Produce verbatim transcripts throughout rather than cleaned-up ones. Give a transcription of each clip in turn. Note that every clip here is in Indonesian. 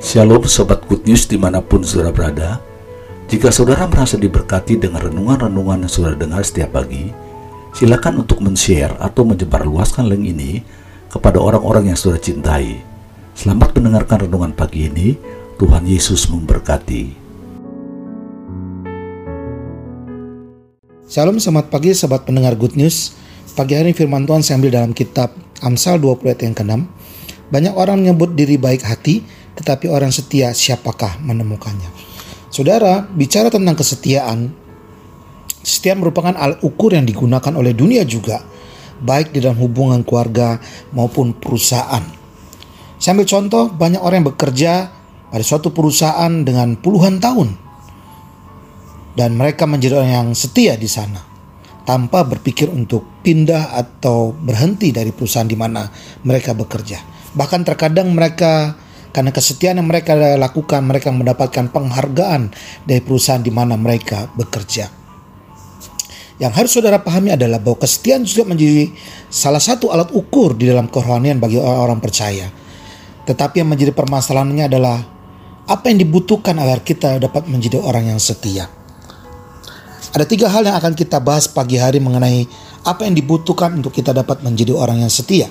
Shalom Sobat Good News dimanapun saudara berada. Jika saudara merasa diberkati dengan renungan-renungan yang saudara dengar setiap pagi, silakan untuk men-share atau menyebarluaskan link ini kepada orang-orang yang saudara cintai. Selamat mendengarkan renungan pagi ini. Tuhan Yesus memberkati. Shalom, selamat pagi sahabat pendengar Good News. Pagi hari firman Tuhan saya ambil dalam kitab Amsal dua puluh ayat yang keenam. Banyak orang menyebut diri baik hati, tetapi orang setia siapakah menemukannya? Saudara, bicara tentang kesetiaan, kesetiaan merupakan alat ukur yang digunakan oleh dunia juga, baik di dalam hubungan keluarga maupun perusahaan. Saya ambil contoh, banyak orang yang bekerja pada suatu perusahaan dengan puluhan tahun, dan mereka menjadi orang yang setia di sana, tanpa berpikir untuk pindah atau berhenti dari perusahaan di mana mereka bekerja. Bahkan terkadang mereka, karena kesetiaan yang mereka lakukan, mereka mendapatkan penghargaan dari perusahaan di mana mereka bekerja. Yang harus saudara pahami adalah bahwa kesetiaan juga menjadi salah satu alat ukur di dalam kerohanian bagi orang-orang percaya. Tetapi yang menjadi permasalahannya adalah apa yang dibutuhkan agar kita dapat menjadi orang yang setia. Ada tiga hal yang akan kita bahas pagi hari mengenai apa yang dibutuhkan untuk kita dapat menjadi orang yang setia.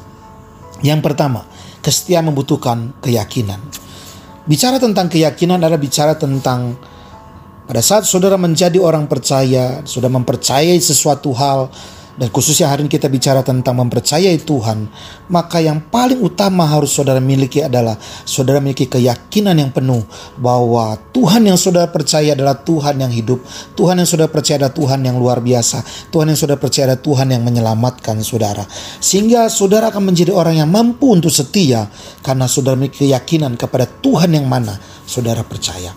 Yang pertama, kesetiaan membutuhkan keyakinan. Bicara tentang keyakinan adalah bicara tentang pada saat saudara menjadi orang percaya, sudah mempercayai sesuatu hal, dan khususnya hari ini kita bicara tentang mempercayai Tuhan, maka yang paling utama harus saudara miliki adalah saudara miliki keyakinan yang penuh bahwa Tuhan yang saudara percaya adalah Tuhan yang hidup, Tuhan yang saudara percaya adalah Tuhan yang luar biasa, Tuhan yang saudara percaya adalah Tuhan yang menyelamatkan saudara. Sehingga saudara akan menjadi orang yang mampu untuk setia karena saudara memiliki keyakinan kepada Tuhan yang mana saudara percaya.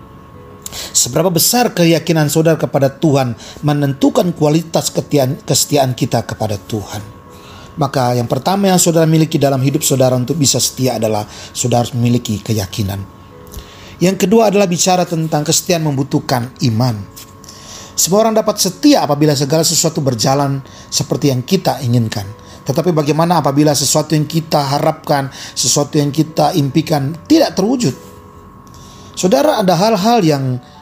Seberapa besar keyakinan saudara kepada Tuhan menentukan kualitas kesetiaan, kesetiaan kita kepada Tuhan. Maka yang pertama yang saudara miliki dalam hidup saudara untuk bisa setia adalah saudara memiliki keyakinan. Yang kedua adalah bicara tentang kesetiaan membutuhkan iman. Semua orang dapat setia apabila segala sesuatu berjalan seperti yang kita inginkan. Tetapi bagaimana apabila sesuatu yang kita harapkan, sesuatu yang kita impikan tidak terwujud? Saudara, ada hal-hal yang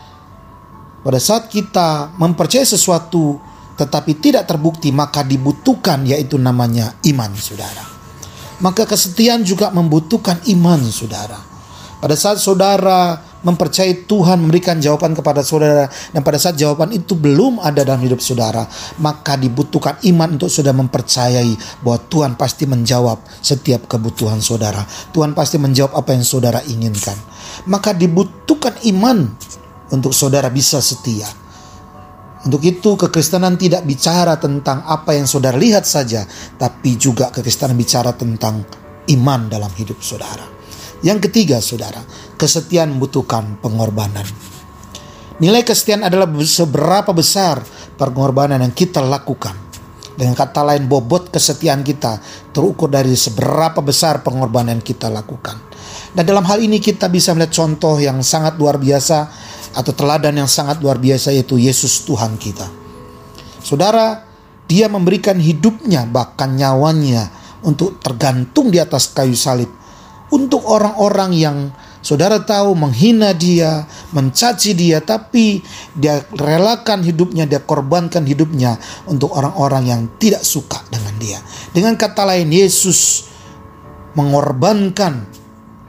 pada saat kita mempercayai sesuatu tetapi tidak terbukti, maka dibutuhkan yaitu namanya iman, saudara. Maka kesetiaan juga membutuhkan iman, saudara. Pada saat saudara mempercayai Tuhan memberikan jawaban kepada saudara, dan pada saat jawaban itu belum ada dalam hidup saudara, maka dibutuhkan iman untuk saudara mempercayai bahwa Tuhan pasti menjawab setiap kebutuhan saudara. Tuhan pasti menjawab apa yang saudara inginkan. Maka dibutuhkan iman untuk saudara bisa setia. Untuk itu kekristenan tidak bicara tentang apa yang saudara lihat saja, tapi juga kekristenan bicara tentang iman dalam hidup saudara. Yang ketiga, saudara, kesetiaan membutuhkan pengorbanan. Nilai kesetiaan adalah seberapa besar pengorbanan yang kita lakukan. Dengan kata lain, bobot kesetiaan kita terukur dari seberapa besar pengorbanan yang kita lakukan. Dan dalam hal ini kita bisa melihat contoh yang sangat luar biasa atau teladan yang sangat luar biasa, yaitu Yesus Tuhan kita. Saudara, dia memberikan hidupnya, bahkan nyawanya, untuk tergantung di atas kayu salib. Untuk orang-orang yang saudara tahu menghina dia, mencaci dia, tapi dia relakan hidupnya, dia korbankan hidupnya untuk orang-orang yang tidak suka dengan dia. Dengan kata lain, Yesus mengorbankan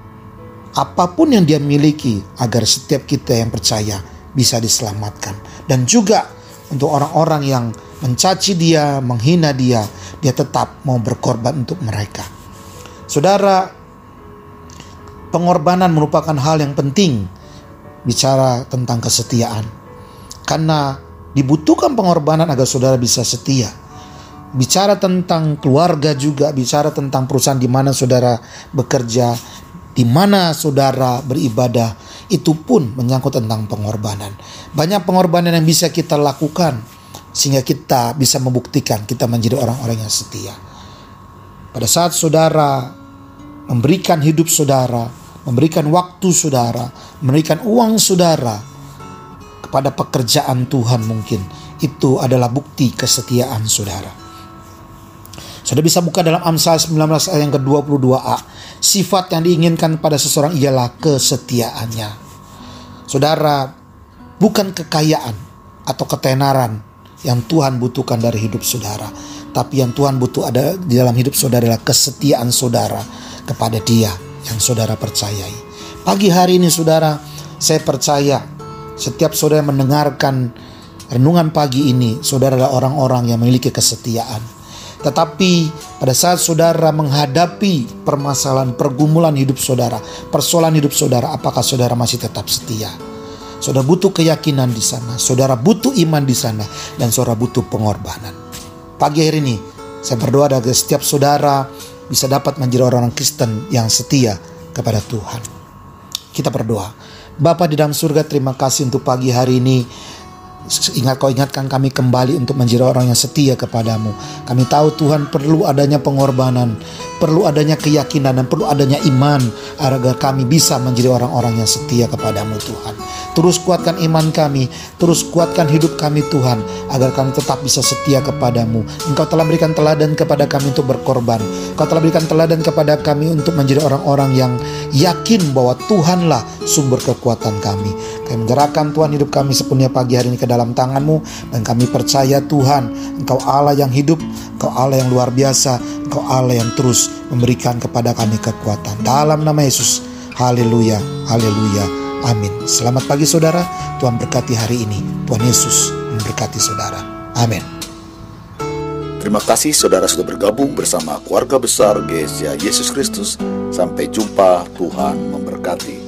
apapun yang dia miliki agar setiap kita yang percaya bisa diselamatkan. Dan juga untuk orang-orang yang mencaci dia, menghina dia, dia tetap mau berkorban untuk mereka. Saudara, pengorbanan merupakan hal yang penting bicara tentang kesetiaan. Karena dibutuhkan pengorbanan agar saudara bisa setia. Bicara tentang keluarga juga, bicara tentang perusahaan di mana saudara bekerja, di mana saudara beribadah, itu pun menyangkut tentang pengorbanan. Banyak pengorbanan yang bisa kita lakukan sehingga kita bisa membuktikan kita menjadi orang-orang yang setia. Pada saat saudara memberikan hidup saudara, memberikan waktu saudara, memberikan uang saudara kepada pekerjaan Tuhan, mungkin itu adalah bukti kesetiaan saudara. Sudah bisa buka dalam Amsal sembilan belas ayat yang ke dua puluh dua a. Sifat yang diinginkan pada seseorang ialah kesetiaannya. Saudara, bukan kekayaan atau ketenaran yang Tuhan butuhkan dari hidup saudara, tapi yang Tuhan butuh ada di dalam hidup saudara adalah kesetiaan saudara kepada Dia yang saudara percayai. Pagi hari ini saudara, saya percaya setiap saudara mendengarkan renungan pagi ini, saudara adalah orang-orang yang memiliki kesetiaan. Tetapi pada saat saudara menghadapi permasalahan, pergumulan hidup saudara, persoalan hidup saudara, apakah saudara masih tetap setia? Saudara butuh keyakinan di sana, saudara butuh iman di sana, dan saudara butuh pengorbanan. Pagi hari ini saya berdoa agar setiap saudara bisa dapat menjadi orang-orang Kristen yang setia kepada Tuhan. Kita berdoa. Bapa di dalam surga, terima kasih untuk pagi hari ini. Ingat kau ingatkan kami kembali untuk menjadi orang yang setia kepadamu. Kami tahu Tuhan perlu adanya pengorbanan, perlu adanya keyakinan, dan perlu adanya iman agar kami bisa menjadi orang-orang yang setia kepadamu Tuhan. Terus kuatkan iman kami, terus kuatkan hidup kami Tuhan, agar kami tetap bisa setia kepadamu. Engkau telah berikan teladan kepada kami untuk berkorban. Engkau telah berikan teladan kepada kami untuk menjadi orang-orang yang yakin bahwa Tuhanlah sumber kekuatan kami. Kami menyerahkan Tuhan hidup kami sepenuhnya pagi hari ini ke dalam tangan-Mu, dan kami percaya Tuhan, Engkau Allah yang hidup, Engkau Allah yang luar biasa, Engkau Allah yang terus memberikan kepada kami kekuatan. Dalam nama Yesus, haleluya, haleluya, amin. Selamat pagi saudara, Tuhan berkati hari ini. Tuhan Yesus memberkati saudara, amin. Terima kasih saudara sudah bergabung bersama keluarga besar Gereja Yesus Kristus. Sampai jumpa, Tuhan memberkati.